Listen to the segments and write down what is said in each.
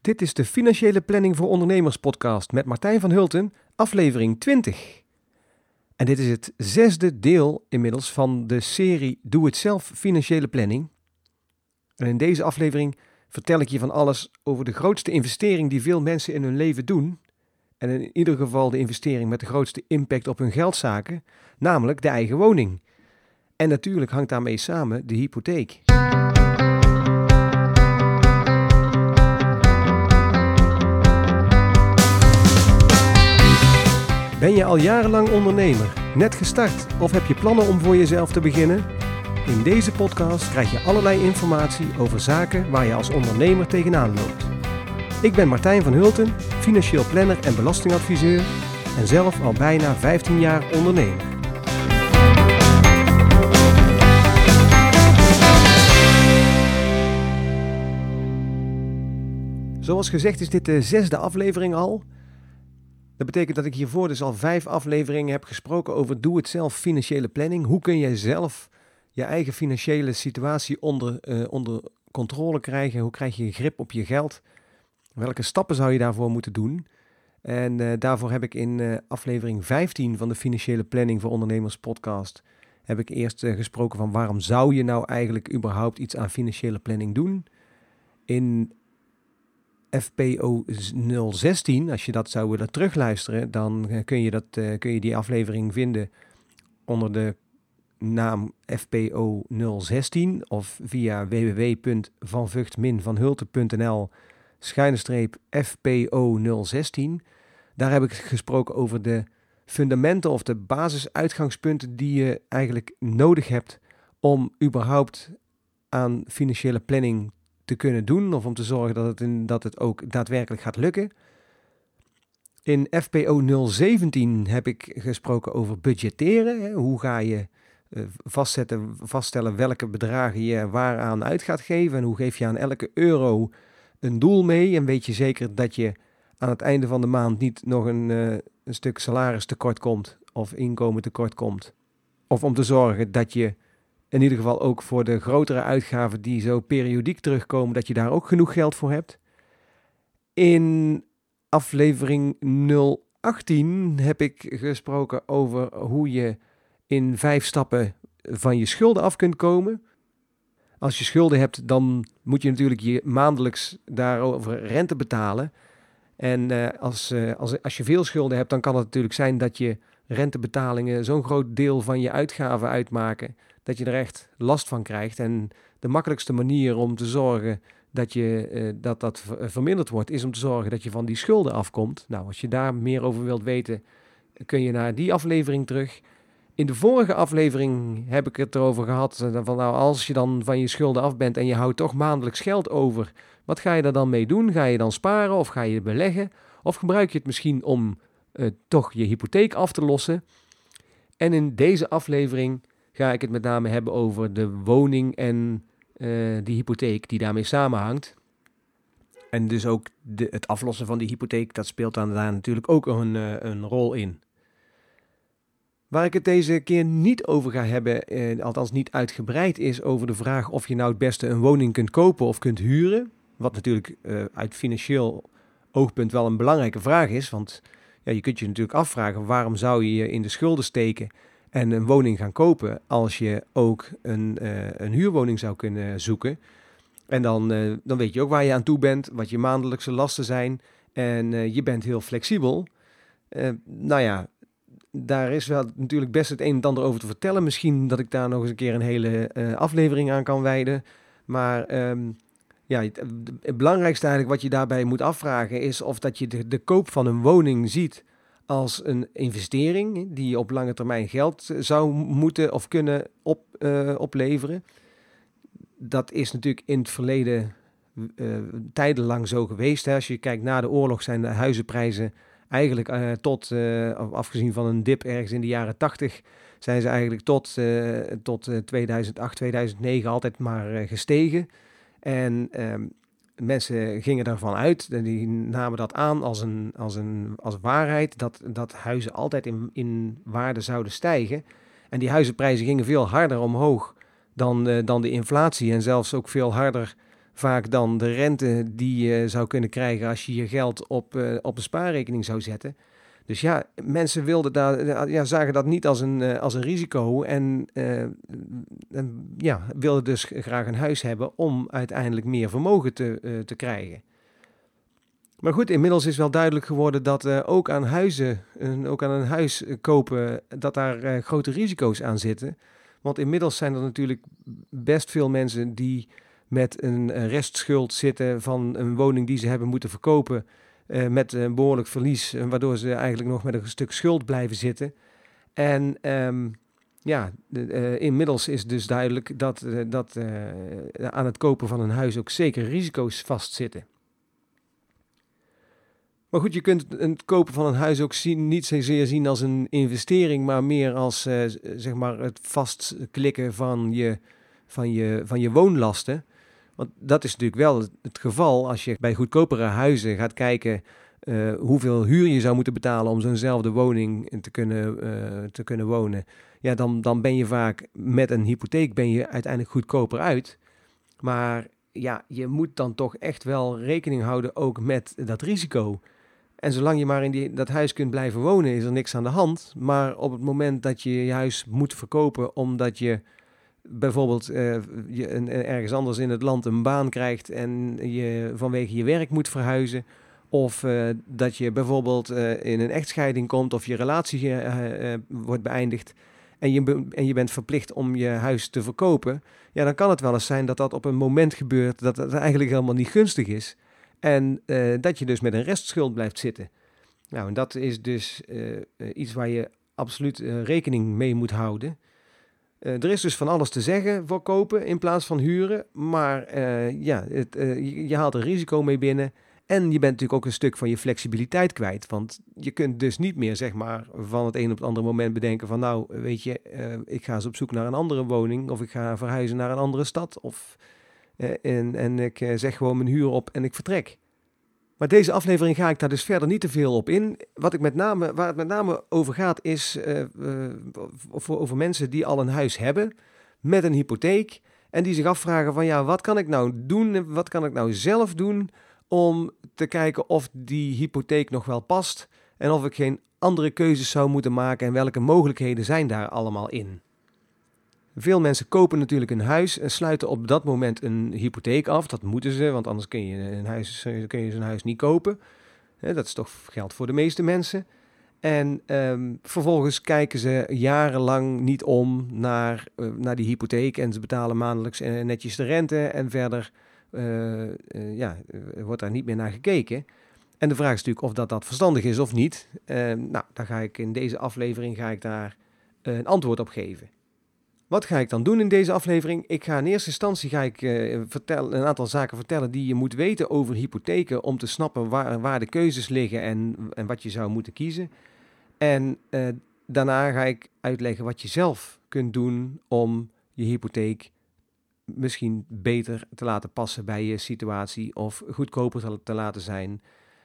Dit is de Financiële Planning voor Ondernemers podcast met Martijn van Hulten, aflevering 20. En dit is het 6e deel inmiddels van de serie Doe het zelf financiële planning. En in deze aflevering vertel ik je van alles over de grootste investering die veel mensen in hun leven doen. En in ieder geval de investering met de grootste impact op hun geldzaken, namelijk de eigen woning. En natuurlijk hangt daarmee samen de hypotheek. Ben je al jarenlang ondernemer, net gestart of heb je plannen om voor jezelf te beginnen? In deze podcast krijg je allerlei informatie over zaken waar je als ondernemer tegenaan loopt. Ik ben Martijn van Hulten, financieel planner en belastingadviseur en zelf al bijna 15 jaar ondernemer. Zoals gezegd is dit de 6e aflevering al. Dat betekent dat ik hiervoor dus al 5 afleveringen heb gesproken over doe het zelf financiële planning. Hoe kun jij zelf je eigen financiële situatie onder controle krijgen? Hoe krijg je grip op je geld? Welke stappen zou je daarvoor moeten doen? En daarvoor heb ik in aflevering 15 van de Financiële Planning voor Ondernemers podcast heb ik eerst gesproken van waarom zou je nou eigenlijk überhaupt iets aan financiële planning doen? In FPO 016, als je dat zou willen terugluisteren, dan kun je die aflevering vinden onder de naam FPO 016 of via www.vanvugt-vanhulte.nl/FPO 016. Daar heb ik gesproken over de fundamenten of de basisuitgangspunten die je eigenlijk nodig hebt om überhaupt aan financiële planning te kunnen doen of om te zorgen dat het ook daadwerkelijk gaat lukken. In FPO 017 heb ik gesproken over budgetteren. Hoe ga je vaststellen welke bedragen je waaraan uit gaat geven en hoe geef je aan elke euro een doel mee en weet je zeker dat je aan het einde van de maand niet nog een stuk salaris tekort komt of inkomen tekort komt. Of om te zorgen dat je in ieder geval ook voor de grotere uitgaven die zo periodiek terugkomen, dat je daar ook genoeg geld voor hebt. In aflevering 018 heb ik gesproken over hoe je in 5 stappen van je schulden af kunt komen. Als je schulden hebt, dan moet je natuurlijk je maandelijks daarover rente betalen. En als je veel schulden hebt, dan kan het natuurlijk zijn dat je rentebetalingen zo'n groot deel van je uitgaven uitmaken dat je er echt last van krijgt. En de makkelijkste manier om te zorgen dat verminderd wordt, is om te zorgen dat je van die schulden afkomt. Nou, als je daar meer over wilt weten, kun je naar die aflevering terug. In de vorige aflevering heb ik het erover gehad van als je dan van je schulden af bent en je houdt toch maandelijks geld over, wat ga je er dan mee doen? Ga je dan sparen of ga je beleggen? Of gebruik je het misschien om toch je hypotheek af te lossen? En in deze aflevering ga ik het met name hebben over de woning en die hypotheek die daarmee samenhangt. En dus ook het aflossen van die hypotheek, dat speelt dan daar natuurlijk ook een rol in. Waar ik het deze keer niet over ga hebben, althans niet uitgebreid, is over de vraag of je nou het beste een woning kunt kopen of kunt huren. Wat natuurlijk uit financieel oogpunt wel een belangrijke vraag is, want ja, je kunt je natuurlijk afvragen waarom zou je je in de schulden steken en een woning gaan kopen als je ook een huurwoning zou kunnen zoeken. En dan weet je ook waar je aan toe bent, wat je maandelijkse lasten zijn en je bent heel flexibel. Nou ja, daar is wel natuurlijk best het een en ander over te vertellen. Misschien dat ik daar nog eens een keer een hele aflevering aan kan wijden. Maar het belangrijkste eigenlijk wat je daarbij moet afvragen is of dat je de koop van een woning ziet als een investering die je op lange termijn geld zou moeten of kunnen opleveren. Dat is natuurlijk in het verleden tijdenlang zo geweest. Hè. Als je kijkt na de oorlog zijn de huizenprijzen eigenlijk afgezien van een dip ergens in de jaren 80, zijn ze eigenlijk tot 2008, 2009 altijd maar gestegen. En mensen gingen daarvan uit en die namen dat aan als waarheid, dat huizen altijd in waarde zouden stijgen. En die huizenprijzen gingen veel harder omhoog dan de inflatie en zelfs ook veel harder vaak dan de rente die je zou kunnen krijgen als je je geld op een spaarrekening zou zetten. Dus ja, mensen zagen dat niet als een risico en wilden dus graag een huis hebben om uiteindelijk meer vermogen te krijgen. Maar goed, inmiddels is wel duidelijk geworden dat ook aan een huis kopen, dat daar grote risico's aan zitten. Want inmiddels zijn er natuurlijk best veel mensen die met een restschuld zitten van een woning die ze hebben moeten verkopen met een behoorlijk verlies, waardoor ze eigenlijk nog met een stuk schuld blijven zitten. En inmiddels is dus duidelijk dat aan het kopen van een huis ook zeker risico's vastzitten. Maar goed, je kunt het kopen van een huis ook niet zozeer zien als een investering, maar meer als zeg maar het vastklikken van je woonlasten. Want dat is natuurlijk wel het geval als je bij goedkopere huizen gaat kijken hoeveel huur je zou moeten betalen om zo'nzelfde woning te kunnen wonen. Ja, dan ben je vaak met een hypotheek uiteindelijk goedkoper uit. Maar ja, je moet dan toch echt wel rekening houden ook met dat risico. En zolang je maar in dat huis kunt blijven wonen, is er niks aan de hand. Maar op het moment dat je je huis moet verkopen omdat je bijvoorbeeld ergens anders in het land een baan krijgt en je vanwege je werk moet verhuizen, of dat je bijvoorbeeld in een echtscheiding komt of je relatie wordt beëindigd en je bent verplicht om je huis te verkopen, ja, dan kan het wel eens zijn dat dat op een moment gebeurt dat het eigenlijk helemaal niet gunstig is. En dat je dus met een restschuld blijft zitten. Nou, en dat is dus iets waar je absoluut rekening mee moet houden. Er is dus van alles te zeggen voor kopen in plaats van huren. Maar je haalt er risico mee binnen. En je bent natuurlijk ook een stuk van je flexibiliteit kwijt. Want je kunt dus niet meer zeg maar van het een op het andere moment bedenken van nou, weet je, ik ga eens op zoek naar een andere woning. Of ik ga verhuizen naar een andere stad. En ik zeg gewoon mijn huur op en ik vertrek. Maar deze aflevering ga ik daar dus verder niet te veel op in. Waar het met name over gaat is over mensen die al een huis hebben met een hypotheek. En die zich afvragen van ja, wat kan ik nou doen? Wat kan ik nou zelf doen om te kijken of die hypotheek nog wel past. En of ik geen andere keuzes zou moeten maken en welke mogelijkheden zijn daar allemaal in. Veel mensen kopen natuurlijk een huis en sluiten op dat moment een hypotheek af. Dat moeten ze, want anders kun je zo'n huis niet kopen. Dat is toch geldt voor de meeste mensen. En vervolgens kijken ze jarenlang niet om naar die hypotheek en ze betalen maandelijks netjes de rente en verder wordt daar niet meer naar gekeken. En de vraag is natuurlijk of dat verstandig is of niet. Dan ga ik in deze aflevering daar een antwoord op geven. Wat ga ik dan doen in deze aflevering? Ik ga in eerste instantie een aantal zaken vertellen die je moet weten over hypotheken om te snappen waar de keuzes liggen en wat je zou moeten kiezen. En daarna ga ik uitleggen wat je zelf kunt doen om je hypotheek misschien beter te laten passen bij je situatie of goedkoper te laten zijn.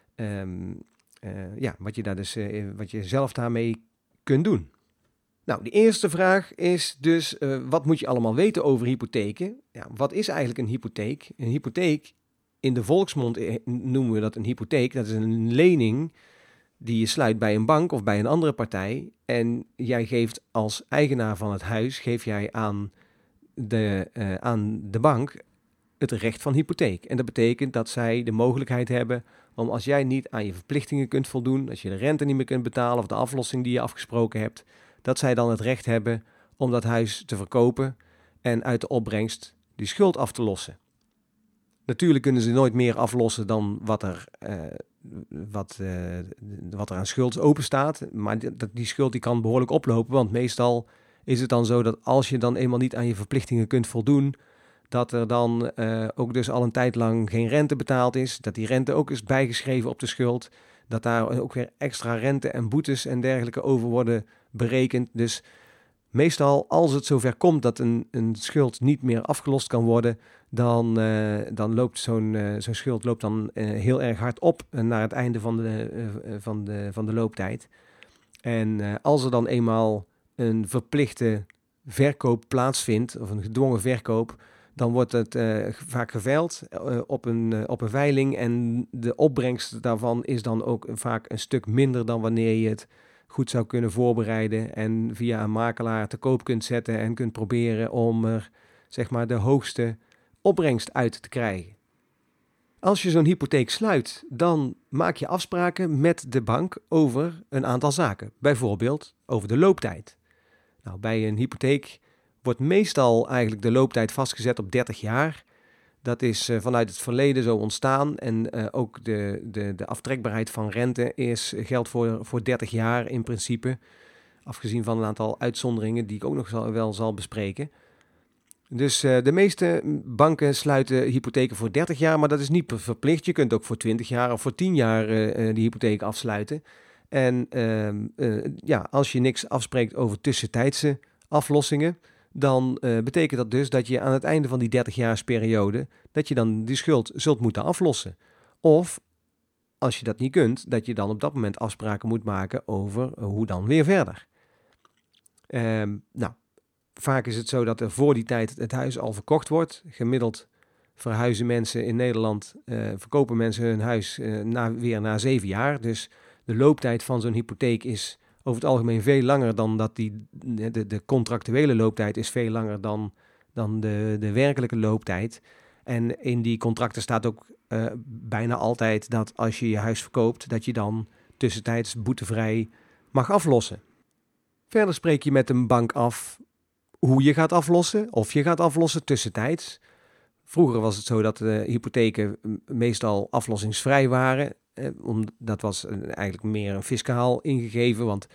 Wat je zelf daarmee kunt doen. Nou, de eerste vraag is dus, wat moet je allemaal weten over hypotheken? Ja, wat is eigenlijk een hypotheek? Een hypotheek, in de volksmond noemen we dat een hypotheek. Dat is een lening die je sluit bij een bank of bij een andere partij. En jij geeft als eigenaar van het huis, geef jij aan de bank het recht van hypotheek. En dat betekent dat zij de mogelijkheid hebben om als jij niet aan je verplichtingen kunt voldoen, als je de rente niet meer kunt betalen of de aflossing die je afgesproken hebt, dat zij dan het recht hebben om dat huis te verkopen en uit de opbrengst die schuld af te lossen. Natuurlijk kunnen ze nooit meer aflossen dan wat er aan schuld open staat. Maar die schuld die kan behoorlijk oplopen, want meestal is het dan zo dat als je dan eenmaal niet aan je verplichtingen kunt voldoen, dat er dan ook dus al een tijd lang geen rente betaald is, dat die rente ook is bijgeschreven op de schuld, dat daar ook weer extra rente en boetes en dergelijke over worden berekend. Dus meestal als het zover komt dat een schuld niet meer afgelost kan worden, dan loopt zo'n schuld heel erg hard op naar het einde van de looptijd. En als er dan eenmaal een verplichte verkoop plaatsvindt, of een gedwongen verkoop, dan wordt het vaak geveild op een veiling en de opbrengst daarvan is dan ook vaak een stuk minder dan wanneer je het goed zou kunnen voorbereiden en via een makelaar te koop kunt zetten en kunt proberen om er zeg maar de hoogste opbrengst uit te krijgen. Als je zo'n hypotheek sluit, dan maak je afspraken met de bank over een aantal zaken. Bijvoorbeeld over de looptijd. Nou, bij een hypotheek wordt meestal eigenlijk de looptijd vastgezet op 30 jaar. Dat is vanuit het verleden zo ontstaan en ook de aftrekbaarheid van rente geldt voor 30 jaar in principe. Afgezien van een aantal uitzonderingen die ik ook nog wel zal bespreken. Dus de meeste banken sluiten hypotheken voor 30 jaar, maar dat is niet verplicht. Je kunt ook voor 20 jaar of voor 10 jaar die hypotheek afsluiten. En als je niks afspreekt over tussentijdse aflossingen, dan betekent dat dus dat je aan het einde van die 30-jaarsperiode, dat je dan die schuld zult moeten aflossen. Of, als je dat niet kunt, dat je dan op dat moment afspraken moet maken over hoe dan weer verder. Vaak is het zo dat er voor die tijd het huis al verkocht wordt. Gemiddeld verhuizen mensen in Nederland, verkopen mensen hun huis weer na 7 jaar. Dus de looptijd van zo'n hypotheek is over het algemeen veel langer dan dat de contractuele looptijd is veel langer dan de werkelijke looptijd. En in die contracten staat ook bijna altijd dat als je je huis verkoopt, dat je dan tussentijds boetevrij mag aflossen. Verder spreek je met een bank af hoe je gaat aflossen, of je gaat aflossen tussentijds. Vroeger was het zo dat de hypotheken meestal aflossingsvrij waren. Dat was eigenlijk meer een fiscaal ingegeven, want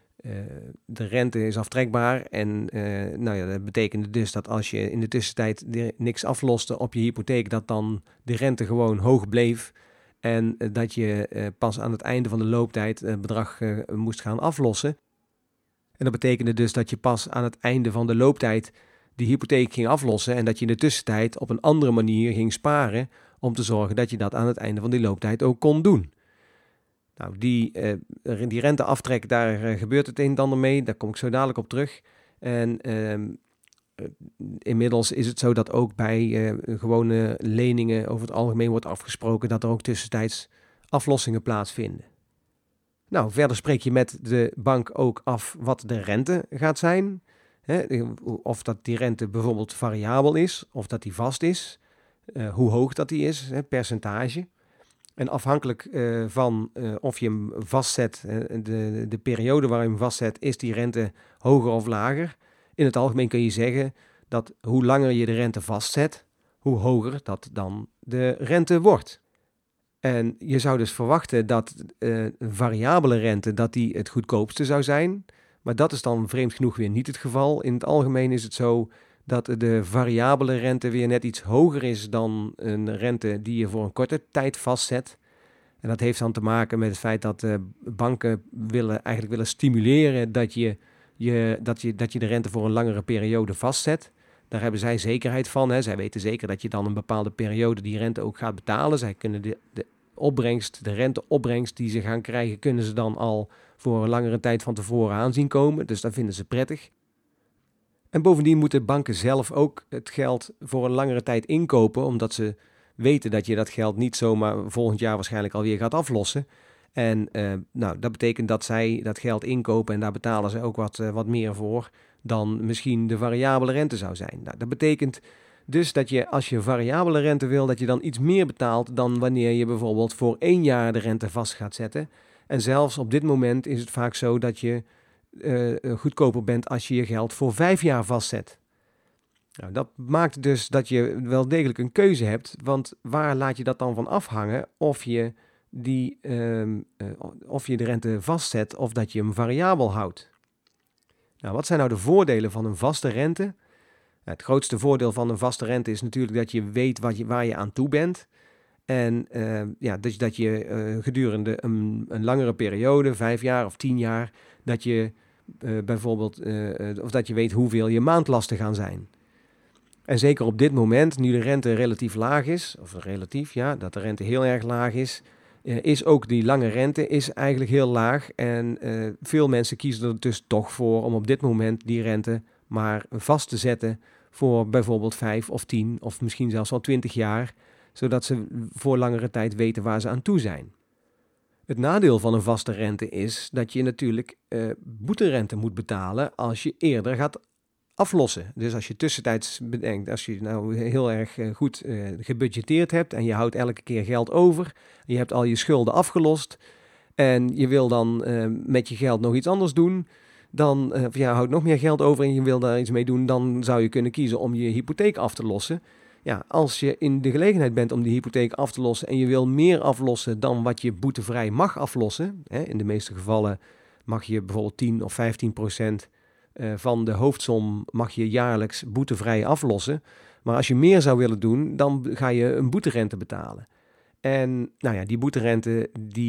de rente is aftrekbaar. En dat betekende dus dat als je in de tussentijd niks afloste op je hypotheek, dat dan de rente gewoon hoog bleef. En dat je pas aan het einde van de looptijd het bedrag moest gaan aflossen. En dat betekende dus dat je pas aan het einde van de looptijd die hypotheek ging aflossen en dat je in de tussentijd op een andere manier ging sparen om te zorgen dat je dat aan het einde van die looptijd ook kon doen. Nou, die renteaftrek, daar gebeurt het een en ander mee, daar kom ik zo dadelijk op terug. En inmiddels is het zo dat ook bij gewone leningen over het algemeen wordt afgesproken dat er ook tussentijds aflossingen plaatsvinden. Nou, verder spreek je met de bank ook af wat de rente gaat zijn. Of dat die rente bijvoorbeeld variabel is, of dat die vast is. Hoe hoog dat die is, percentage. En afhankelijk van of je hem vastzet, de periode waar je hem vastzet, is die rente hoger of lager. In het algemeen kun je zeggen dat hoe langer je de rente vastzet, hoe hoger dat dan de rente wordt. En je zou dus verwachten dat een variabele rente dat die het goedkoopste zou zijn. Maar dat is dan vreemd genoeg weer niet het geval. In het algemeen is het zo dat de variabele rente weer net iets hoger is dan een rente die je voor een korte tijd vastzet. En dat heeft dan te maken met het feit dat banken willen stimuleren dat je de rente voor een langere periode vastzet. Daar hebben zij zekerheid van. Hè. Zij weten zeker dat je dan een bepaalde periode die rente ook gaat betalen. Zij kunnen de renteopbrengst die ze gaan krijgen, kunnen ze dan al voor een langere tijd van tevoren aanzien komen. Dus dat vinden ze prettig. En bovendien moeten banken zelf ook het geld voor een langere tijd inkopen, omdat ze weten dat je dat geld niet zomaar volgend jaar waarschijnlijk alweer gaat aflossen. En dat betekent dat zij dat geld inkopen en daar betalen ze ook wat meer voor dan misschien de variabele rente zou zijn. Nou, dat betekent dus dat je, als je variabele rente wil, dat je dan iets meer betaalt dan wanneer je bijvoorbeeld voor 1 jaar de rente vast gaat zetten. En zelfs op dit moment is het vaak zo dat je goedkoper bent als je je geld voor 5 jaar vastzet. Nou, dat maakt dus dat je wel degelijk een keuze hebt, want waar laat je dat dan van afhangen of je de rente vastzet of dat je hem variabel houdt? Nou, wat zijn nou de voordelen van een vaste rente? Het grootste voordeel van een vaste rente is natuurlijk dat je weet waar je aan toe bent. En dat je gedurende een langere periode, 5 jaar of 10 jaar, dat je of dat je weet hoeveel je maandlasten gaan zijn. En zeker op dit moment, nu de rente relatief laag is, dat de rente heel erg laag is ook die lange rente is eigenlijk heel laag. En veel mensen kiezen er dus toch voor om op dit moment die rente maar vast te zetten voor bijvoorbeeld 5 of 10 of misschien zelfs wel 20 jaar, zodat ze voor langere tijd weten waar ze aan toe zijn. Het nadeel van een vaste rente is dat je natuurlijk boeterente moet betalen als je eerder gaat aflossen. Dus als je tussentijds bedenkt, als je nou heel erg goed gebudgeteerd hebt en je houdt elke keer geld over, je hebt al je schulden afgelost en je wil dan met je geld nog iets anders doen, dan houdt nog meer geld over en je wil daar iets mee doen, dan zou je kunnen kiezen om je hypotheek af te lossen. Ja, als je in de gelegenheid bent om die hypotheek af te lossen en je wil meer aflossen dan wat je boetevrij mag aflossen, in de meeste gevallen mag je bijvoorbeeld 10 of 15% van de hoofdsom mag je jaarlijks boetevrij aflossen. Maar als je meer zou willen doen, dan ga je een boeterente betalen. En nou ja, die boeterente,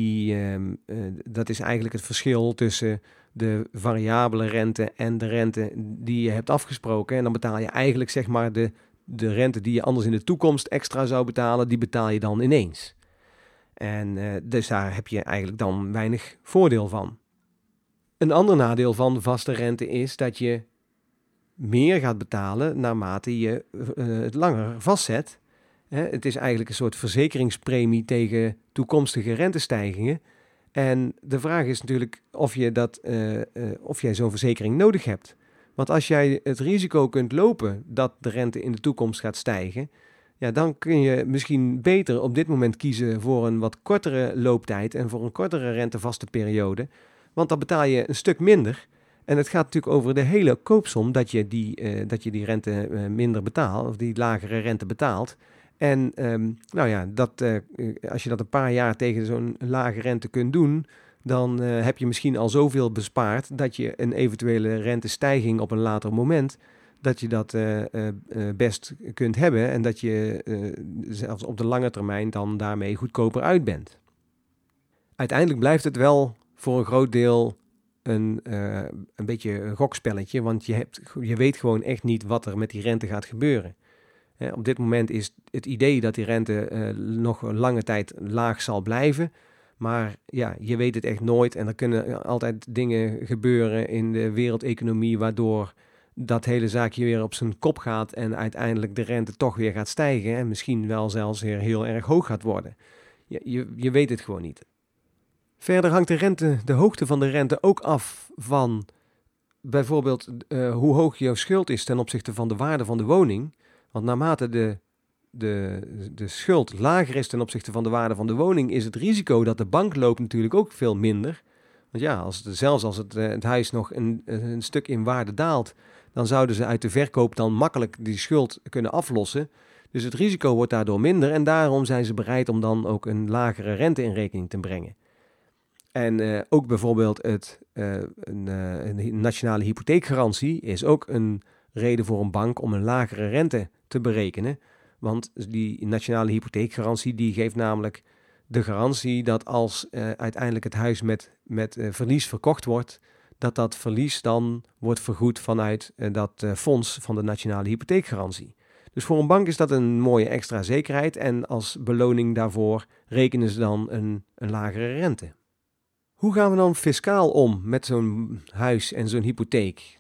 dat is eigenlijk het verschil tussen de variabele rente en de rente die je hebt afgesproken. En dan betaal je eigenlijk zeg maar de rente die je anders in de toekomst extra zou betalen, die betaal je dan ineens. En dus daar heb je eigenlijk dan weinig voordeel van. Een ander nadeel van vaste rente is dat je meer gaat betalen naarmate je het langer vastzet. Het is eigenlijk een soort verzekeringspremie tegen toekomstige rentestijgingen. En de vraag is natuurlijk of jij zo'n verzekering nodig hebt. Want als jij het risico kunt lopen dat de rente in de toekomst gaat stijgen, ja, dan kun je misschien beter op dit moment kiezen voor een wat kortere looptijd en voor een kortere rentevaste periode. Want dan betaal je een stuk minder. En het gaat natuurlijk over de hele koopsom dat je die rente minder betaalt, of die lagere rente betaalt. En als je dat een paar jaar tegen zo'n lage rente kunt doen, dan heb je misschien al zoveel bespaard dat je een eventuele rentestijging op een later moment, dat je dat best kunt hebben en dat je zelfs op de lange termijn dan daarmee goedkoper uit bent. Uiteindelijk blijft het wel voor een groot deel een beetje een gokspelletje, want je weet gewoon echt niet wat er met die rente gaat gebeuren. Op dit moment is het idee dat die rente nog een lange tijd laag zal blijven. Maar ja, je weet het echt nooit en er kunnen altijd dingen gebeuren in de wereldeconomie waardoor dat hele zaakje weer op zijn kop gaat en uiteindelijk de rente toch weer gaat stijgen en misschien wel zelfs weer heel erg hoog gaat worden. Je weet het gewoon niet. Verder hangt de hoogte van de rente ook af van bijvoorbeeld hoe hoog jouw schuld is ten opzichte van de waarde van de woning. Want naarmate de schuld lager is ten opzichte van de waarde van de woning, is het risico dat de bank loopt natuurlijk ook veel minder. Want ja, zelfs als het huis nog een stuk in waarde daalt, dan zouden ze uit de verkoop dan makkelijk die schuld kunnen aflossen. Dus het risico wordt daardoor minder en daarom zijn ze bereid om dan ook een lagere rente in rekening te brengen. En ook bijvoorbeeld een nationale hypotheekgarantie is ook een reden voor een bank om een lagere rente te berekenen. Want die nationale hypotheekgarantie die geeft namelijk de garantie dat als uiteindelijk het huis met verlies verkocht wordt, dat verlies dan wordt vergoed vanuit dat fonds van de nationale hypotheekgarantie. Dus voor een bank is dat een mooie extra zekerheid en als beloning daarvoor rekenen ze dan een lagere rente. Hoe gaan we dan fiscaal om met zo'n huis en zo'n hypotheek?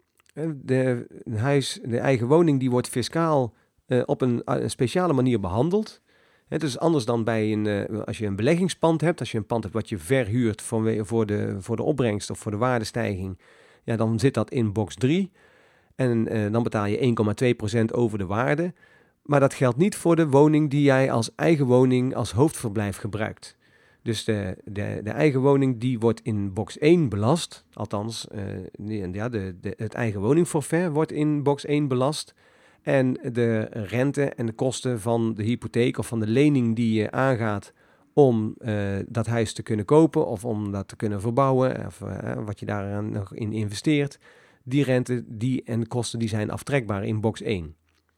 De eigen woning die wordt fiscaal op een speciale manier behandeld. Het is anders dan als je een beleggingspand hebt. Als je een pand hebt wat je verhuurt voor de opbrengst of voor de waardestijging. Ja, dan zit dat in box 3. En dan betaal je 1,2% over de waarde. Maar dat geldt niet voor de woning die jij als eigen woning als hoofdverblijf gebruikt. Dus de eigen woning die wordt in box 1 belast. Althans, het eigen woningforfait wordt in box 1 belast. En de rente en de kosten van de hypotheek of van de lening die je aangaat om dat huis te kunnen kopen of om dat te kunnen verbouwen of wat je daar nog in investeert. Die rente en de kosten die zijn aftrekbaar in box 1.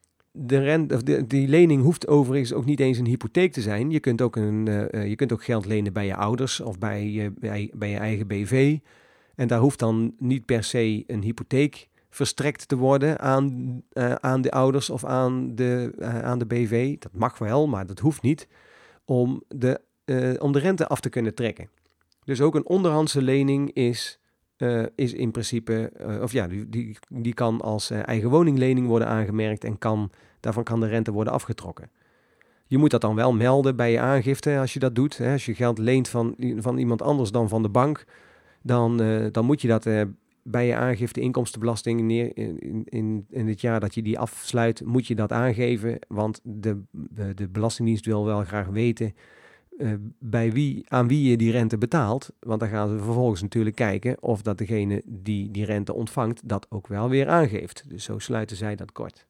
Die lening hoeft overigens ook niet eens een hypotheek te zijn. Je kunt ook geld lenen bij je ouders of bij je eigen BV. En daar hoeft dan niet per se een hypotheek verstrekt te worden aan de ouders of aan de BV. Dat mag wel, maar dat hoeft niet om de rente af te kunnen trekken. Dus ook een onderhandse lening is is in principe, die kan als eigen woninglening worden aangemerkt en daarvan kan de rente worden afgetrokken. Je moet dat dan wel melden bij je aangifte als je dat doet. Hè. Als je geld leent van iemand anders dan van de bank, dan moet je dat bij je aangifte inkomstenbelasting in het jaar dat je die afsluit, moet je dat aangeven. Want de Belastingdienst wil wel graag weten aan wie je die rente betaalt. Want dan gaan ze vervolgens natuurlijk kijken of dat degene die die rente ontvangt dat ook wel weer aangeeft. Dus zo sluiten zij dat kort.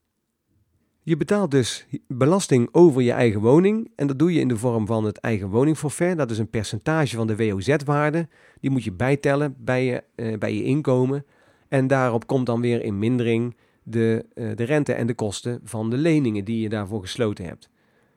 Je betaalt dus belasting over je eigen woning en dat doe je in de vorm van het eigen woningforfait. Dat is een percentage van de WOZ-waarde. Die moet je bijtellen bij je inkomen. En daarop komt dan weer in mindering de rente en de kosten van de leningen die je daarvoor gesloten hebt.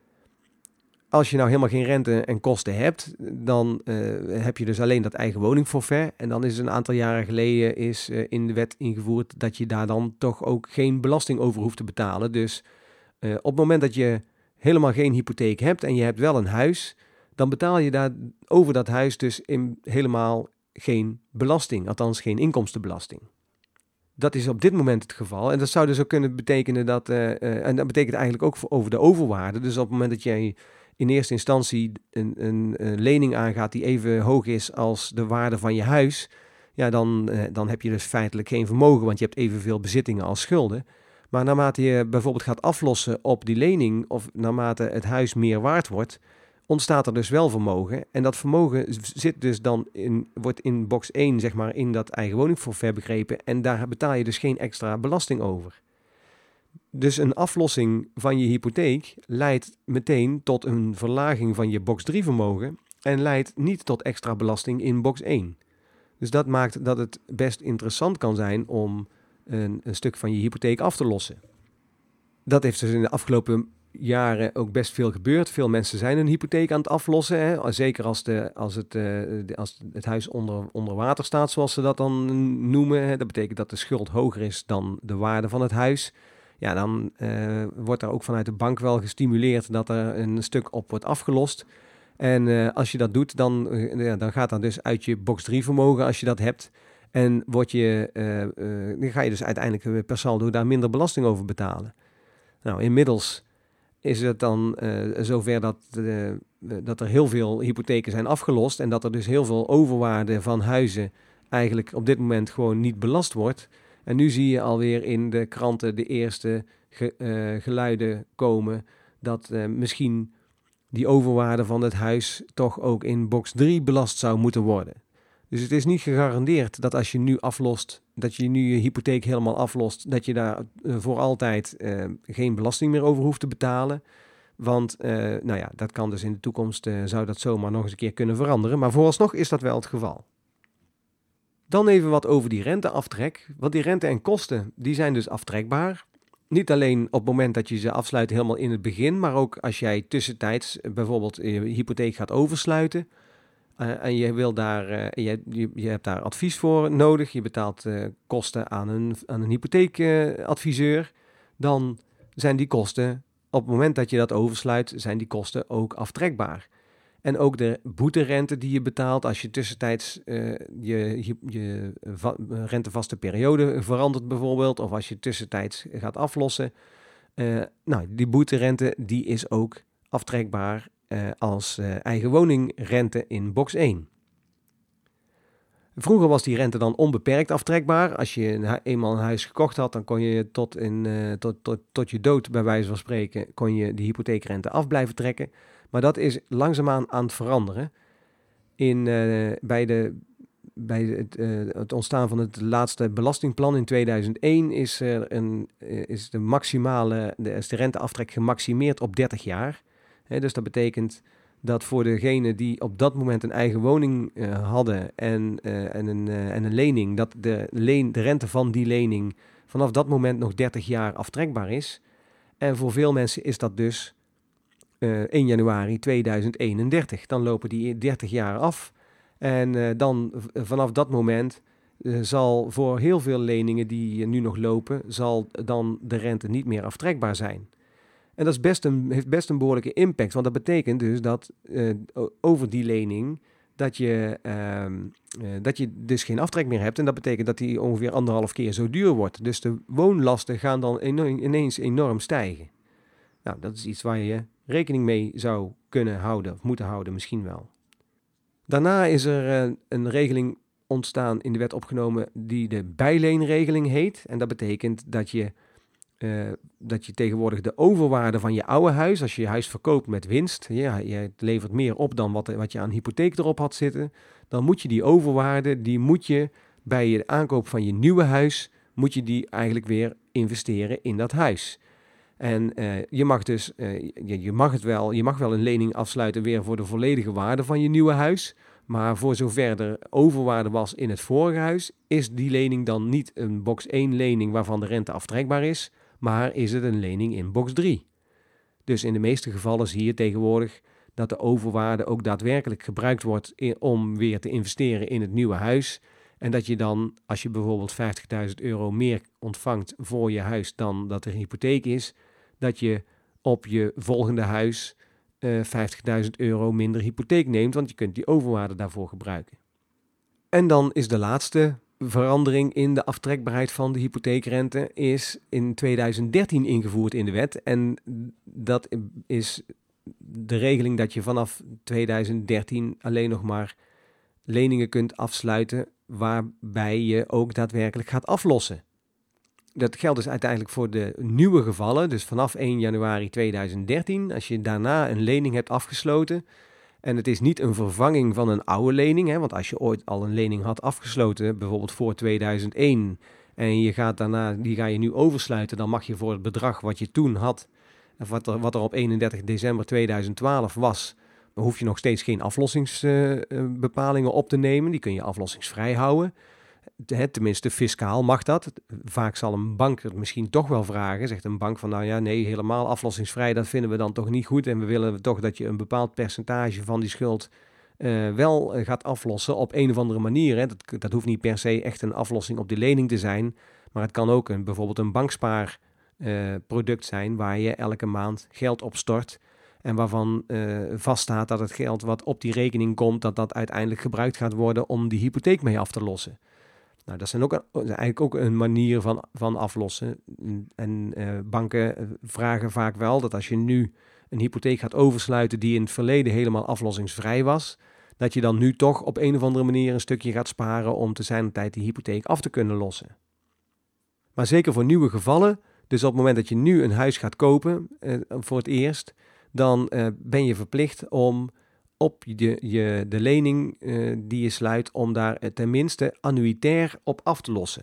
Als je nou helemaal geen rente en kosten hebt, dan heb je dus alleen dat eigen woningforfait. En dan is een aantal jaren geleden in de wet ingevoerd dat je daar dan toch ook geen belasting over hoeft te betalen. Dus op het moment dat je helemaal geen hypotheek hebt en je hebt wel een huis, dan betaal je daar over dat huis dus helemaal geen belasting, althans geen inkomstenbelasting. Dat is op dit moment het geval. En dat zou dus ook kunnen betekenen en dat betekent eigenlijk ook over de overwaarde. Dus op het moment dat jij in eerste instantie een lening aangaat die even hoog is als de waarde van je huis, ja, dan heb je dus feitelijk geen vermogen, want je hebt evenveel bezittingen als schulden. Maar naarmate je bijvoorbeeld gaat aflossen op die lening of naarmate het huis meer waard wordt, ontstaat er dus wel vermogen. En dat vermogen zit dus wordt in box 1, zeg maar, in dat eigen woningforfait begrepen. En daar betaal je dus geen extra belasting over. Dus een aflossing van je hypotheek leidt meteen tot een verlaging van je box 3 vermogen en leidt niet tot extra belasting in box 1. Dus dat maakt dat het best interessant kan zijn om een stuk van je hypotheek af te lossen. Dat heeft dus in de afgelopen jaren ook best veel gebeurd. Veel mensen zijn een hypotheek aan het aflossen. Hè? Zeker als het huis onder water staat, zoals ze dat dan noemen. Hè? Dat betekent dat de schuld hoger is dan de waarde van het huis. Ja, dan wordt er ook vanuit de bank wel gestimuleerd dat er een stuk op wordt afgelost. En als je dat doet, dan gaat dat dus uit je box 3 vermogen als je dat hebt. En dan ga je dus uiteindelijk per saldo daar minder belasting over betalen. Nou, inmiddels is het dan zover dat er heel veel hypotheken zijn afgelost en dat er dus heel veel overwaarde van huizen eigenlijk op dit moment gewoon niet belast wordt. En nu zie je alweer in de kranten de eerste geluiden komen dat misschien die overwaarde van het huis toch ook in box 3 belast zou moeten worden. Dus het is niet gegarandeerd dat als je nu aflost, dat je nu je hypotheek helemaal aflost, dat je daar voor altijd geen belasting meer over hoeft te betalen. Want dat kan dus in de toekomst, zou dat zomaar nog eens een keer kunnen veranderen. Maar vooralsnog is dat wel het geval. Dan even wat over die renteaftrek. Want die rente en kosten, die zijn dus aftrekbaar. Niet alleen op het moment dat je ze afsluit helemaal in het begin, maar ook als jij tussentijds bijvoorbeeld je hypotheek gaat oversluiten. En je wil je hebt daar advies voor nodig. Je betaalt kosten aan een hypotheekadviseur. Dan zijn die kosten, op het moment dat je dat oversluit, zijn die kosten ook aftrekbaar. En ook de boeterente die je betaalt als je tussentijds je rentevaste periode verandert bijvoorbeeld. Of als je tussentijds gaat aflossen. Die boeterente die is ook aftrekbaar als eigen woningrente in box 1. Vroeger was die rente dan onbeperkt aftrekbaar. Als je eenmaal een huis gekocht had, dan kon je tot je dood, bij wijze van spreken, kon je die hypotheekrente af blijven trekken. Maar dat is langzaamaan aan het veranderen. Bij het ontstaan van het laatste belastingplan in 2001 is de renteaftrek gemaximeerd op 30 jaar. Dus dat betekent dat voor degenen die op dat moment een eigen woning hadden en een lening, dat de rente van die lening vanaf dat moment nog 30 jaar aftrekbaar is. En voor veel mensen is dat dus 1 januari 2031. Dan lopen die 30 jaar af. En dan vanaf dat moment zal voor heel veel leningen die nu nog lopen, zal dan de rente niet meer aftrekbaar zijn. En dat heeft best een behoorlijke impact, want dat betekent dus dat over die lening dat je dus geen aftrek meer hebt. En dat betekent dat die ongeveer 1,5 keer zo duur wordt. Dus de woonlasten gaan dan ineens enorm stijgen. Nou, dat is iets waar je rekening mee zou kunnen houden, of moeten houden misschien wel. Daarna is er een regeling ontstaan, in de wet opgenomen, die de bijleenregeling heet. En dat betekent dat je tegenwoordig de overwaarde van je oude huis, als je je huis verkoopt met winst, je levert meer op dan wat je aan hypotheek erop had zitten, dan moet je die overwaarde, die moet je bij de aankoop van je nieuwe huis, moet je die eigenlijk weer investeren in dat huis. En je mag wel een lening afsluiten weer voor de volledige waarde van je nieuwe huis. Maar voor zover er overwaarde was in het vorige huis, is die lening dan niet een box 1 lening waarvan de rente aftrekbaar is, maar is het een lening in box 3. Dus in de meeste gevallen zie je tegenwoordig dat de overwaarde ook daadwerkelijk gebruikt wordt om weer te investeren in het nieuwe huis. En dat je dan, als je bijvoorbeeld €50.000 meer ontvangt voor je huis dan dat er hypotheek is, dat je op je volgende huis €50.000 minder hypotheek neemt, want je kunt die overwaarde daarvoor gebruiken. En dan is de laatste verandering in de aftrekbaarheid van de hypotheekrente is in 2013 ingevoerd in de wet. En dat is de regeling dat je vanaf 2013 alleen nog maar leningen kunt afsluiten waarbij je ook daadwerkelijk gaat aflossen. Dat geldt dus uiteindelijk voor de nieuwe gevallen, dus vanaf 1 januari 2013. Als je daarna een lening hebt afgesloten en het is niet een vervanging van een oude lening, want als je ooit al een lening had afgesloten, bijvoorbeeld voor 2001, en die ga je nu oversluiten, dan mag je voor het bedrag wat je toen had, wat er op 31 december 2012 was, dan hoef je nog steeds geen aflossingsbepalingen op te nemen. Die kun je aflossingsvrij houden. Tenminste, fiscaal mag dat. Vaak zal een bank het misschien toch wel vragen. Zegt een bank van, nee, helemaal aflossingsvrij, dat vinden we dan toch niet goed. En we willen toch dat je een bepaald percentage van die schuld wel gaat aflossen op een of andere manier. Hè. Dat hoeft niet per se echt een aflossing op de lening te zijn. Maar het kan ook bijvoorbeeld een bankspaarproduct zijn waar je elke maand geld op stort. En waarvan vaststaat dat het geld wat op die rekening komt, dat uiteindelijk gebruikt gaat worden om die hypotheek mee af te lossen. Nou, dat is eigenlijk ook een manier van aflossen. En banken vragen vaak wel dat als je nu een hypotheek gaat oversluiten die in het verleden helemaal aflossingsvrij was, dat je dan nu toch op een of andere manier een stukje gaat sparen om te zijn tijd die hypotheek af te kunnen lossen. Maar zeker voor nieuwe gevallen, dus op het moment dat je nu een huis gaat kopen voor het eerst, dan ben je verplicht om op de lening die je sluit, om daar tenminste annuïtair op af te lossen.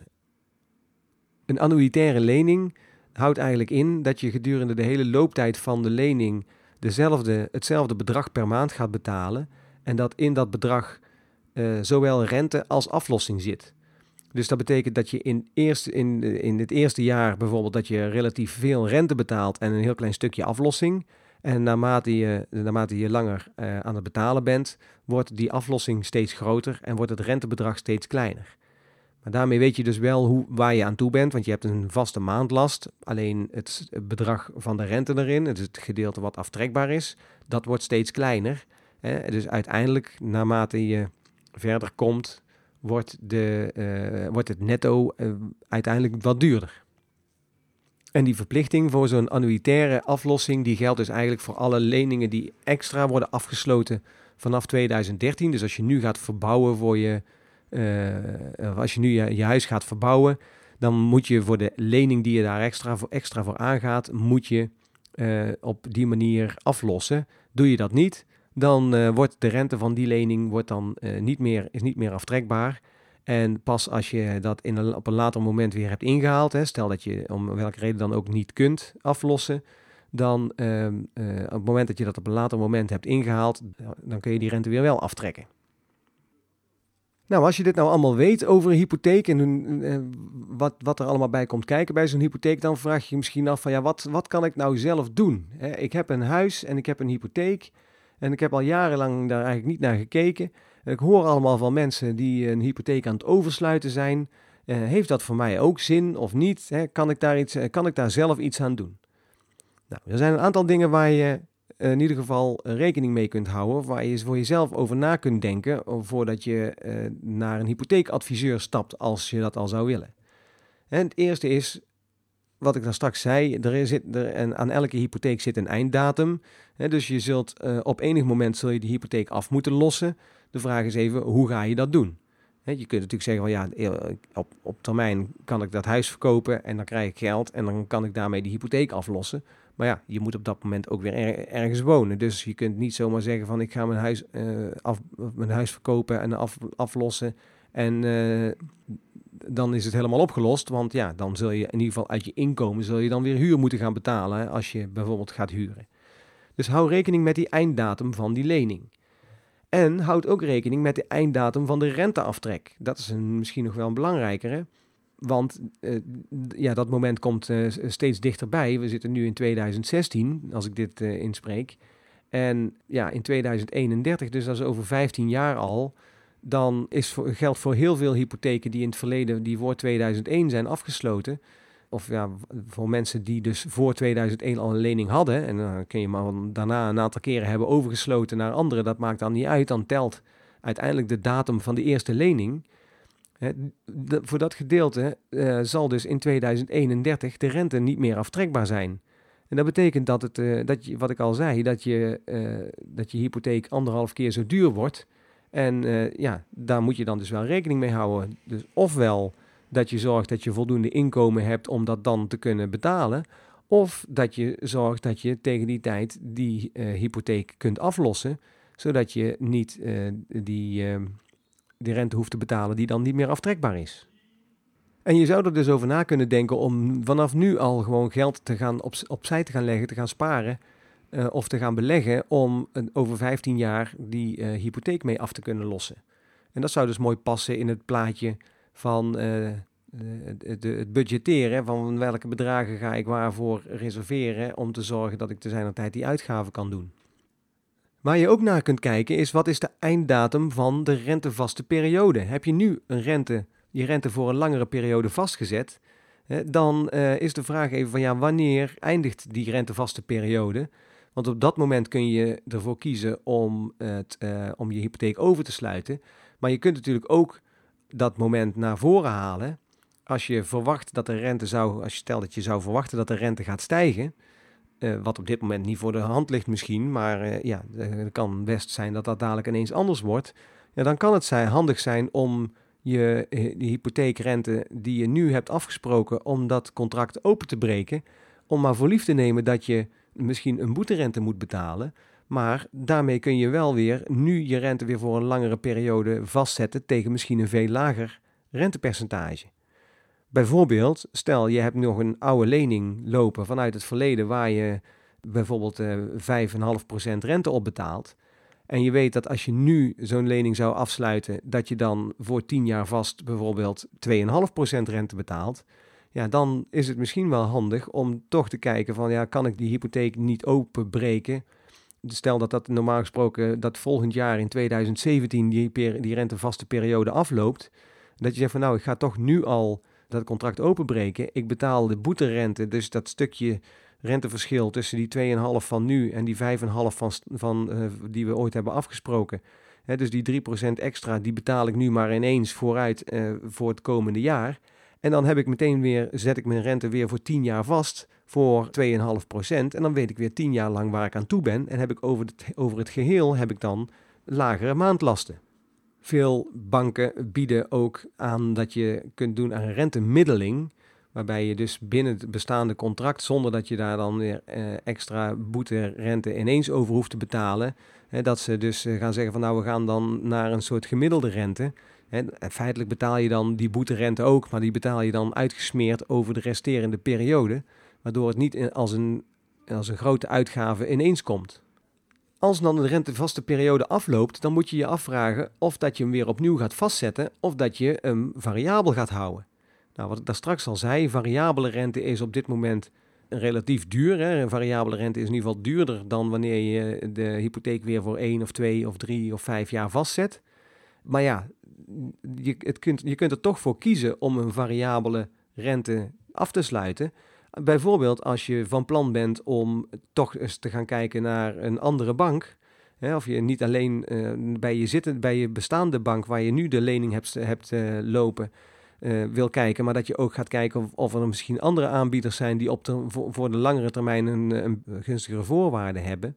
Een annuïtaire lening houdt eigenlijk in dat je gedurende de hele looptijd van de lening hetzelfde bedrag per maand gaat betalen en dat in dat bedrag zowel rente als aflossing zit. Dus dat betekent dat je in het eerste jaar bijvoorbeeld dat je relatief veel rente betaalt en een heel klein stukje aflossing. En naarmate je langer aan het betalen bent, wordt die aflossing steeds groter en wordt het rentebedrag steeds kleiner. Maar daarmee weet je dus wel waar je aan toe bent, want je hebt een vaste maandlast. Alleen het bedrag van de rente erin, dus het gedeelte wat aftrekbaar is, dat wordt steeds kleiner. Dus uiteindelijk, naarmate je verder komt, wordt het netto uiteindelijk wat duurder. En die verplichting voor zo'n annuïtaire aflossing, die geldt dus eigenlijk voor alle leningen die extra worden afgesloten vanaf 2013. Dus als je nu gaat verbouwen als je nu je huis gaat verbouwen, dan moet je voor de lening die je daar extra voor aangaat, moet je op die manier aflossen. Doe je dat niet, dan wordt de rente van die lening niet meer aftrekbaar. En pas als je dat op een later moment weer hebt ingehaald, stel dat je om welke reden dan ook niet kunt aflossen, dan op het moment dat je dat op een later moment hebt ingehaald, dan kun je die rente weer wel aftrekken. Nou, als je dit nou allemaal weet over een hypotheek en wat er allemaal bij komt kijken bij zo'n hypotheek, dan vraag je je misschien af van wat kan ik nou zelf doen? Ik heb een huis en ik heb een hypotheek en ik heb al jarenlang daar eigenlijk niet naar gekeken. Ik hoor allemaal van mensen die een hypotheek aan het oversluiten zijn. Heeft dat voor mij ook zin of niet? Kan ik daar zelf iets aan doen? Nou, er zijn een aantal dingen waar je in ieder geval rekening mee kunt houden, waar je voor jezelf over na kunt denken voordat je naar een hypotheekadviseur stapt als je dat al zou willen. En het eerste is, wat ik dan straks zei, aan elke hypotheek zit een einddatum. Dus je zult op enig moment zul je die hypotheek af moeten lossen. De vraag is even, hoe ga je dat doen? Je kunt natuurlijk zeggen van ja, op termijn kan ik dat huis verkopen en dan krijg ik geld en dan kan ik daarmee die hypotheek aflossen. Maar ja, je moet op dat moment ook weer ergens wonen. Dus je kunt niet zomaar zeggen van ik ga mijn huis verkopen en aflossen en dan is het helemaal opgelost. Want ja, dan zul je in ieder geval uit je inkomen zul je dan weer huur moeten gaan betalen als je bijvoorbeeld gaat huren. Dus hou rekening met die einddatum van die lening. En houd ook rekening met de einddatum van de renteaftrek. Dat is misschien nog wel een belangrijkere. Want dat moment komt steeds dichterbij. We zitten nu in 2016, als ik dit inspreek. En ja, in 2031, dus dat is over 15 jaar al. Dan geldt voor heel veel hypotheken die in het verleden, die voor 2001 zijn afgesloten. Of ja, voor mensen die dus voor 2001 al een lening hadden. En dan kun je maar daarna een aantal keren hebben overgesloten naar anderen. Dat maakt dan niet uit. Dan telt uiteindelijk de datum van de eerste lening. Voor dat gedeelte zal dus in 2031 de rente niet meer aftrekbaar zijn. En dat betekent dat je, wat ik al zei, dat je hypotheek 1,5 keer zo duur wordt. En daar moet je dan dus wel rekening mee houden. Dus ofwel dat je zorgt dat je voldoende inkomen hebt om dat dan te kunnen betalen. Of dat je zorgt dat je tegen die tijd die hypotheek kunt aflossen. Zodat je niet die rente hoeft te betalen die dan niet meer aftrekbaar is. En je zou er dus over na kunnen denken om vanaf nu al gewoon geld te gaan opzij te gaan leggen, te gaan sparen. Of te gaan beleggen om over 15 jaar die hypotheek mee af te kunnen lossen. En dat zou dus mooi passen in het plaatje van het budgetteren. Van welke bedragen ga ik waarvoor reserveren om te zorgen dat ik te zijner tijd die uitgaven kan doen. Waar je ook naar kunt kijken is wat is de einddatum van de rentevaste periode. Heb je nu je rente voor een langere periode vastgezet, dan is de vraag even van ja, wanneer eindigt die rentevaste periode? Want op dat moment kun je ervoor kiezen om je hypotheek over te sluiten. Maar je kunt natuurlijk ook dat moment naar voren halen. Als je verwacht dat de rente stel dat je zou verwachten dat de rente gaat stijgen. Wat op dit moment niet voor de hand ligt misschien. Maar het kan best zijn dat dat dadelijk ineens anders wordt. Ja, dan kan het handig zijn om die hypotheekrente die je nu hebt afgesproken, om dat contract open te breken. Om maar voor lief te nemen dat je misschien een boeterente moet betalen, maar daarmee kun je wel weer nu je rente weer voor een langere periode vastzetten tegen misschien een veel lager rentepercentage. Bijvoorbeeld, stel je hebt nog een oude lening lopen vanuit het verleden waar je bijvoorbeeld 5,5% rente op betaalt. En je weet dat als je nu zo'n lening zou afsluiten, dat je dan voor 10 jaar vast bijvoorbeeld 2,5% rente betaalt. Ja, dan is het misschien wel handig om toch te kijken van ja, kan ik die hypotheek niet openbreken? Stel dat normaal gesproken dat volgend jaar in 2017 die rentevaste periode afloopt. Dat je zegt van nou, ik ga toch nu al dat contract openbreken. Ik betaal de boeterente, dus dat stukje renteverschil tussen die 2,5 van nu en die 5,5 van die we ooit hebben afgesproken. Dus die 3% extra, die betaal ik nu maar ineens vooruit voor het komende jaar. En dan zet ik mijn rente weer voor 10 jaar vast voor 2,5%. En dan weet ik weer 10 jaar lang waar ik aan toe ben. En heb ik over het geheel heb ik dan lagere maandlasten. Veel banken bieden ook aan dat je kunt doen aan een rentemiddeling. Waarbij je dus binnen het bestaande contract, zonder dat je daar dan weer extra boeterente ineens over hoeft te betalen. Dat ze dus gaan zeggen van nou, we gaan dan naar een soort gemiddelde rente. En feitelijk betaal je dan die boeterente ook, maar die betaal je dan uitgesmeerd over de resterende periode. Waardoor het niet als een grote uitgave ineens komt. Als dan de rentevaste periode afloopt, dan moet je je afvragen of dat je hem weer opnieuw gaat vastzetten of dat je hem variabel gaat houden. Nou, wat ik daar straks al zei, variabele rente is op dit moment relatief duur. Hè? Variabele rente is in ieder geval duurder dan wanneer je de hypotheek weer voor 1 of 2 of 3 of 5 jaar vastzet. Maar ja, je kunt er toch voor kiezen om een variabele rente af te sluiten. Bijvoorbeeld als je van plan bent om toch eens te gaan kijken naar een andere bank. Hè, of je niet alleen bij je bestaande bank waar je nu de lening hebt lopen wil kijken. Maar dat je ook gaat kijken of er misschien andere aanbieders zijn die voor de langere termijn een gunstigere voorwaarde hebben.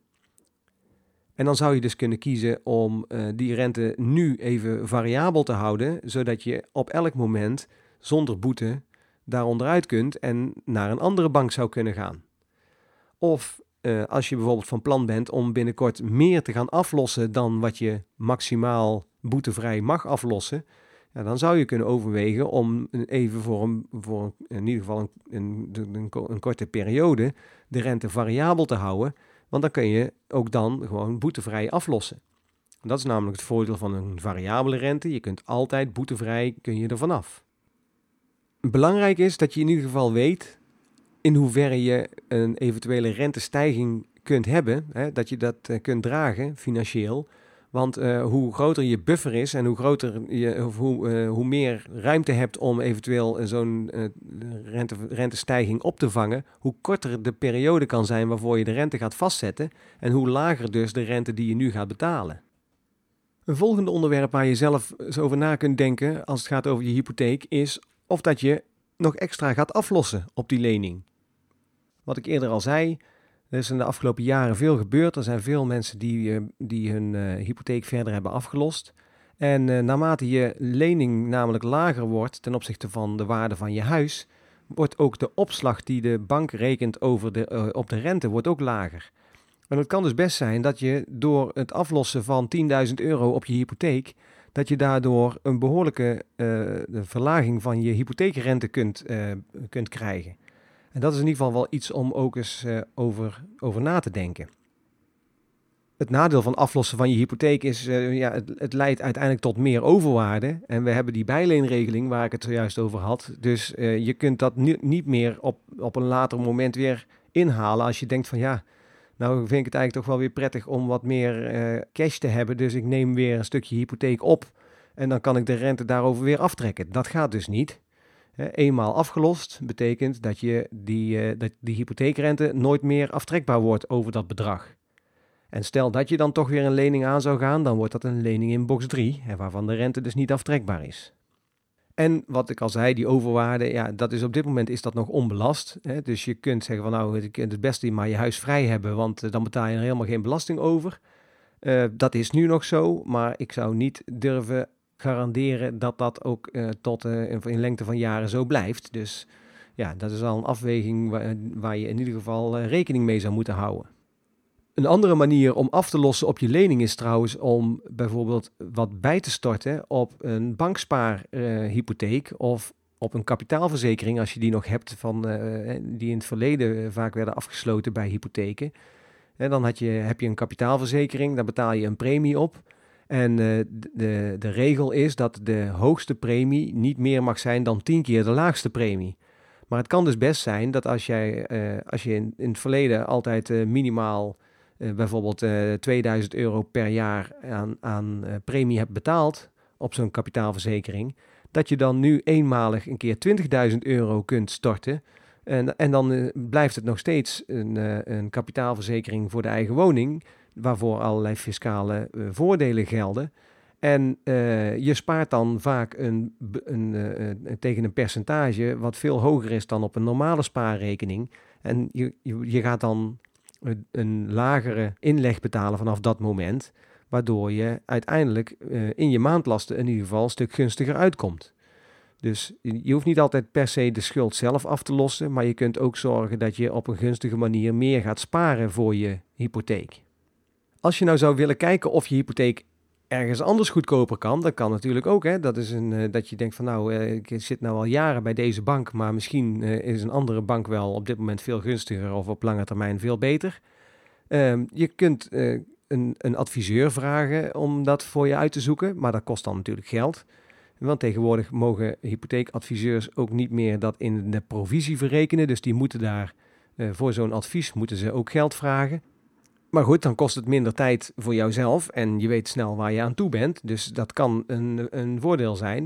En dan zou je dus kunnen kiezen om die rente nu even variabel te houden. Zodat je op elk moment zonder boete daar onderuit kunt en naar een andere bank zou kunnen gaan. Of als je bijvoorbeeld van plan bent om binnenkort meer te gaan aflossen dan wat je maximaal boetevrij mag aflossen, ja, dan zou je kunnen overwegen om even voor in ieder geval een korte periode de rente variabel te houden, want dan kun je ook dan gewoon boetevrij aflossen. Dat is namelijk het voordeel van een variabele rente. Je kunt altijd boetevrij kun je er vanaf. Belangrijk is dat je in ieder geval weet in hoeverre je een eventuele rentestijging kunt hebben, hè, dat je dat kunt dragen financieel. Want hoe groter je buffer is en hoe meer ruimte hebt om eventueel zo'n rentestijging op te vangen, hoe korter de periode kan zijn waarvoor je de rente gaat vastzetten en hoe lager dus de rente die je nu gaat betalen. Een volgende onderwerp waar je zelf eens over na kunt denken als het gaat over je hypotheek is of dat je nog extra gaat aflossen op die lening. Wat ik eerder al zei, er is in de afgelopen jaren veel gebeurd. Er zijn veel mensen die hun hypotheek verder hebben afgelost. En naarmate je lening namelijk lager wordt ten opzichte van de waarde van je huis, wordt ook de opslag die de bank rekent op de rente wordt ook lager. En het kan dus best zijn dat je door het aflossen van €10.000 op je hypotheek, dat je daardoor een behoorlijke verlaging van je hypotheekrente kunt krijgen. En dat is in ieder geval wel iets om ook eens over na te denken. Het nadeel van aflossen van je hypotheek is, het leidt uiteindelijk tot meer overwaarde. En we hebben die bijleenregeling waar ik het zojuist over had. Dus je kunt dat niet meer op een later moment weer inhalen als je denkt van ja, nou vind ik het eigenlijk toch wel weer prettig om wat meer cash te hebben. Dus ik neem weer een stukje hypotheek op en dan kan ik de rente daarover weer aftrekken. Dat gaat dus niet. Eenmaal afgelost betekent dat die hypotheekrente nooit meer aftrekbaar wordt over dat bedrag. En stel dat je dan toch weer een lening aan zou gaan, dan wordt dat een lening in box 3, waarvan de rente dus niet aftrekbaar is. En wat ik al zei, die overwaarde, ja, dat is op dit moment is dat nog onbelast. Dus je kunt zeggen van nou, je kunt het beste maar je huis vrij hebben, want dan betaal je er helemaal geen belasting over. Dat is nu nog zo, maar ik zou niet durven garanderen dat dat ook tot in lengte van jaren zo blijft. Dus ja, dat is al een afweging waar je in ieder geval rekening mee zou moeten houden. Een andere manier om af te lossen op je lening is trouwens om bijvoorbeeld wat bij te storten op een bankspaarhypotheek of op een kapitaalverzekering als je die nog hebt die in het verleden vaak werden afgesloten bij hypotheken. En dan heb je een kapitaalverzekering, daar betaal je een premie op. En de regel is dat de hoogste premie niet meer mag zijn dan 10 keer de laagste premie. Maar het kan dus best zijn dat als je in het verleden altijd minimaal bijvoorbeeld €2000 per jaar aan premie hebt betaald op zo'n kapitaalverzekering, dat je dan nu eenmalig een keer €20.000 kunt storten. En dan blijft het nog steeds een kapitaalverzekering voor de eigen woning, waarvoor allerlei fiscale voordelen gelden. En je spaart dan vaak tegen een percentage wat veel hoger is dan op een normale spaarrekening. En je gaat dan een lagere inleg betalen vanaf dat moment, waardoor je uiteindelijk in je maandlasten in ieder geval een stuk gunstiger uitkomt. Dus je hoeft niet altijd per se de schuld zelf af te lossen, maar je kunt ook zorgen dat je op een gunstige manier meer gaat sparen voor je hypotheek. Als je nou zou willen kijken of je hypotheek ergens anders goedkoper kan, dat kan natuurlijk ook. Hè? Dat is dat je denkt van nou, ik zit nou al jaren bij deze bank, maar misschien is een andere bank wel op dit moment veel gunstiger of op lange termijn veel beter. Je kunt een adviseur vragen om dat voor je uit te zoeken, maar dat kost dan natuurlijk geld. Want tegenwoordig mogen hypotheekadviseurs ook niet meer dat in de provisie verrekenen. Dus die moeten daar voor zo'n advies moeten ze ook geld vragen. Maar goed, dan kost het minder tijd voor jouzelf en je weet snel waar je aan toe bent. Dus dat kan een voordeel zijn.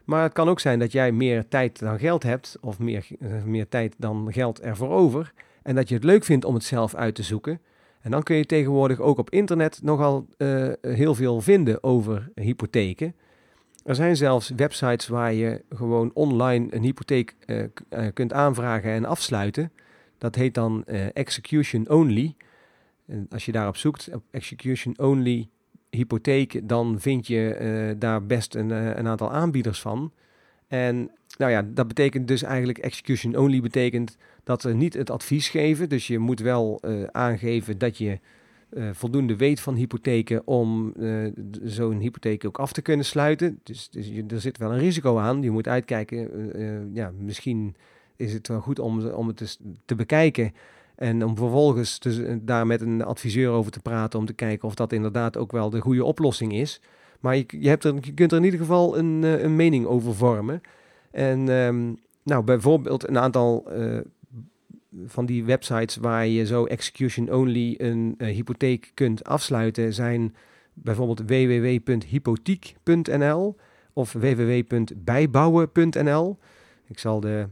Maar het kan ook zijn dat jij meer tijd dan geld hebt of meer tijd dan geld ervoor over. En dat je het leuk vindt om het zelf uit te zoeken. En dan kun je tegenwoordig ook op internet nogal heel veel vinden over hypotheken. Er zijn zelfs websites waar je gewoon online een hypotheek kunt aanvragen en afsluiten. Dat heet dan execution only. En als je daarop zoekt, op execution only hypotheek, dan vind je daar best een aantal aanbieders van. En nou ja, dat betekent dus eigenlijk execution only betekent dat ze niet het advies geven. Dus je moet wel aangeven dat je voldoende weet van hypotheken om zo'n hypotheek ook af te kunnen sluiten. Dus er zit wel een risico aan. Je moet uitkijken, misschien is het wel goed om het te bekijken. En om vervolgens daar met een adviseur over te praten om te kijken of dat inderdaad ook wel de goede oplossing is. Maar je kunt er in ieder geval een mening over vormen. En bijvoorbeeld een aantal van die websites waar je zo execution only een hypotheek kunt afsluiten zijn bijvoorbeeld www.hypotheek.nl of www.bijbouwen.nl. Ik zal de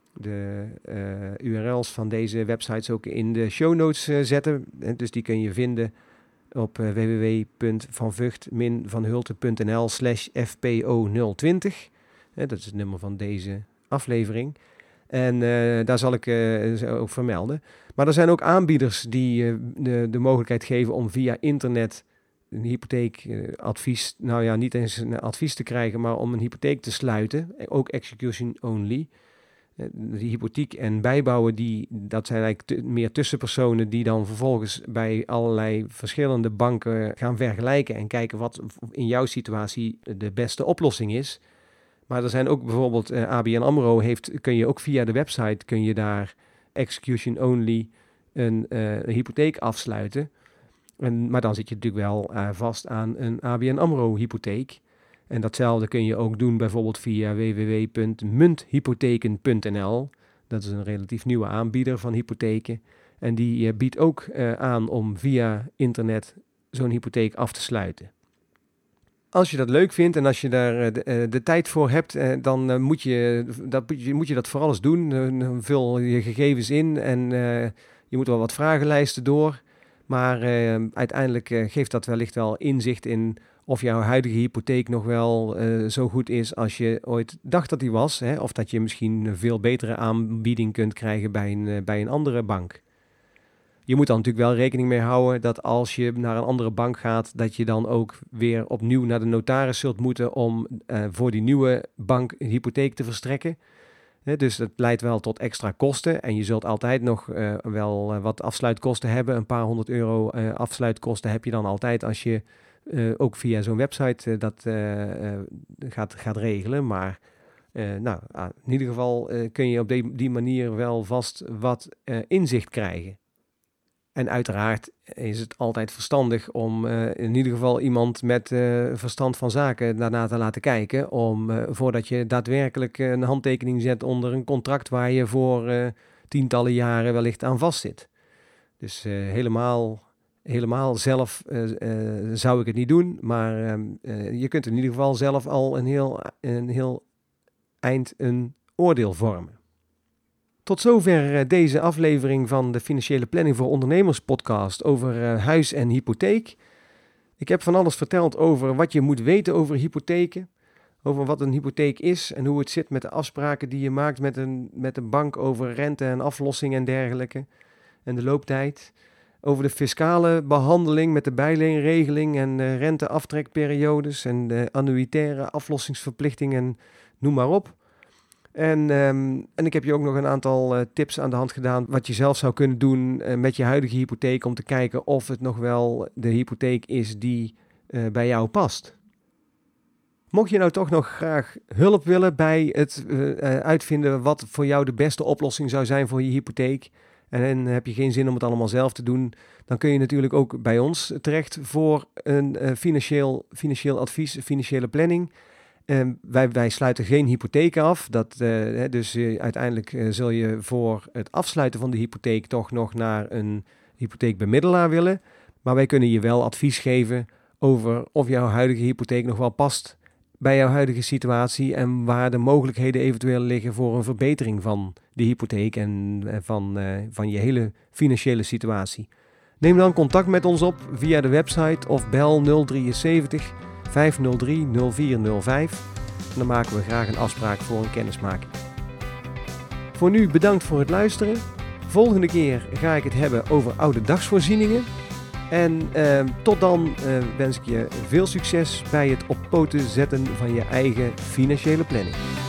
URL's van deze websites ook in de show notes zetten. Dus die kun je vinden op www.vanvught-vanhulte.nl/fpo020. Dat is het nummer van deze aflevering. En daar zal ik ook vermelden. Maar er zijn ook aanbieders die de mogelijkheid geven om via internet een hypotheekadvies, niet eens een advies te krijgen, maar om een hypotheek te sluiten. Ook execution only. Die hypotheek en bijbouwen, dat zijn eigenlijk meer tussenpersonen die dan vervolgens bij allerlei verschillende banken gaan vergelijken en kijken wat in jouw situatie de beste oplossing is. Maar er zijn ook bijvoorbeeld ABN AMRO kun je ook via de website kun je daar execution only een hypotheek afsluiten. Maar dan zit je natuurlijk wel vast aan een ABN AMRO hypotheek. En datzelfde kun je ook doen bijvoorbeeld via www.munthypotheken.nl. Dat is een relatief nieuwe aanbieder van hypotheken. En die biedt ook aan om via internet zo'n hypotheek af te sluiten. Als je dat leuk vindt en als je daar de tijd voor hebt, dan moet je dat vooral eens doen. Vul je gegevens in en je moet wel wat vragenlijsten door. Maar uiteindelijk geeft dat wellicht wel inzicht in of jouw huidige hypotheek nog wel zo goed is als je ooit dacht dat die was. Hè? Of dat je misschien een veel betere aanbieding kunt krijgen bij een andere bank. Je moet dan natuurlijk wel rekening mee houden dat als je naar een andere bank gaat, dat je dan ook weer opnieuw naar de notaris zult moeten om voor die nieuwe bank een hypotheek te verstrekken. Dus dat leidt wel tot extra kosten en je zult altijd nog wel wat afsluitkosten hebben. Een paar €100 afsluitkosten heb je dan altijd als je ook via zo'n website dat gaat regelen. Maar in ieder geval kun je op die manier wel vast wat inzicht krijgen. En uiteraard is het altijd verstandig om in ieder geval iemand met verstand van zaken daarna te laten kijken. Voordat je daadwerkelijk een handtekening zet onder een contract waar je voor tientallen jaren wellicht aan vastzit. Dus helemaal zelf zou ik het niet doen. Maar je kunt in ieder geval zelf al een heel eind een oordeel vormen. Tot zover deze aflevering van de Financiële Planning voor Ondernemers podcast over huis en hypotheek. Ik heb van alles verteld over wat je moet weten over hypotheken, over wat een hypotheek is en hoe het zit met de afspraken die je maakt met de bank over rente en aflossing en dergelijke en de looptijd. Over de fiscale behandeling met de bijleenregeling en renteaftrekperiodes en de annuitaire aflossingsverplichtingen, noem maar op. En ik heb je ook nog een aantal tips aan de hand gedaan wat je zelf zou kunnen doen met je huidige hypotheek om te kijken of het nog wel de hypotheek is die bij jou past. Mocht je nou toch nog graag hulp willen bij het uitvinden wat voor jou de beste oplossing zou zijn voor je hypotheek en heb je geen zin om het allemaal zelf te doen, dan kun je natuurlijk ook bij ons terecht voor een financieel advies, financiële planning. Wij sluiten geen hypotheek af. Dus uiteindelijk zul je voor het afsluiten van de hypotheek toch nog naar een hypotheekbemiddelaar willen. Maar wij kunnen je wel advies geven over of jouw huidige hypotheek nog wel past bij jouw huidige situatie en waar de mogelijkheden eventueel liggen voor een verbetering van de hypotheek en van je hele financiële situatie. Neem dan contact met ons op via de website of bel 073 503 0405 en dan maken we graag een afspraak voor een kennismaking. Voor nu bedankt voor het luisteren. Volgende keer ga ik het hebben over ouderdagsvoorzieningen. En tot dan wens ik je veel succes bij het op poten zetten van je eigen financiële planning.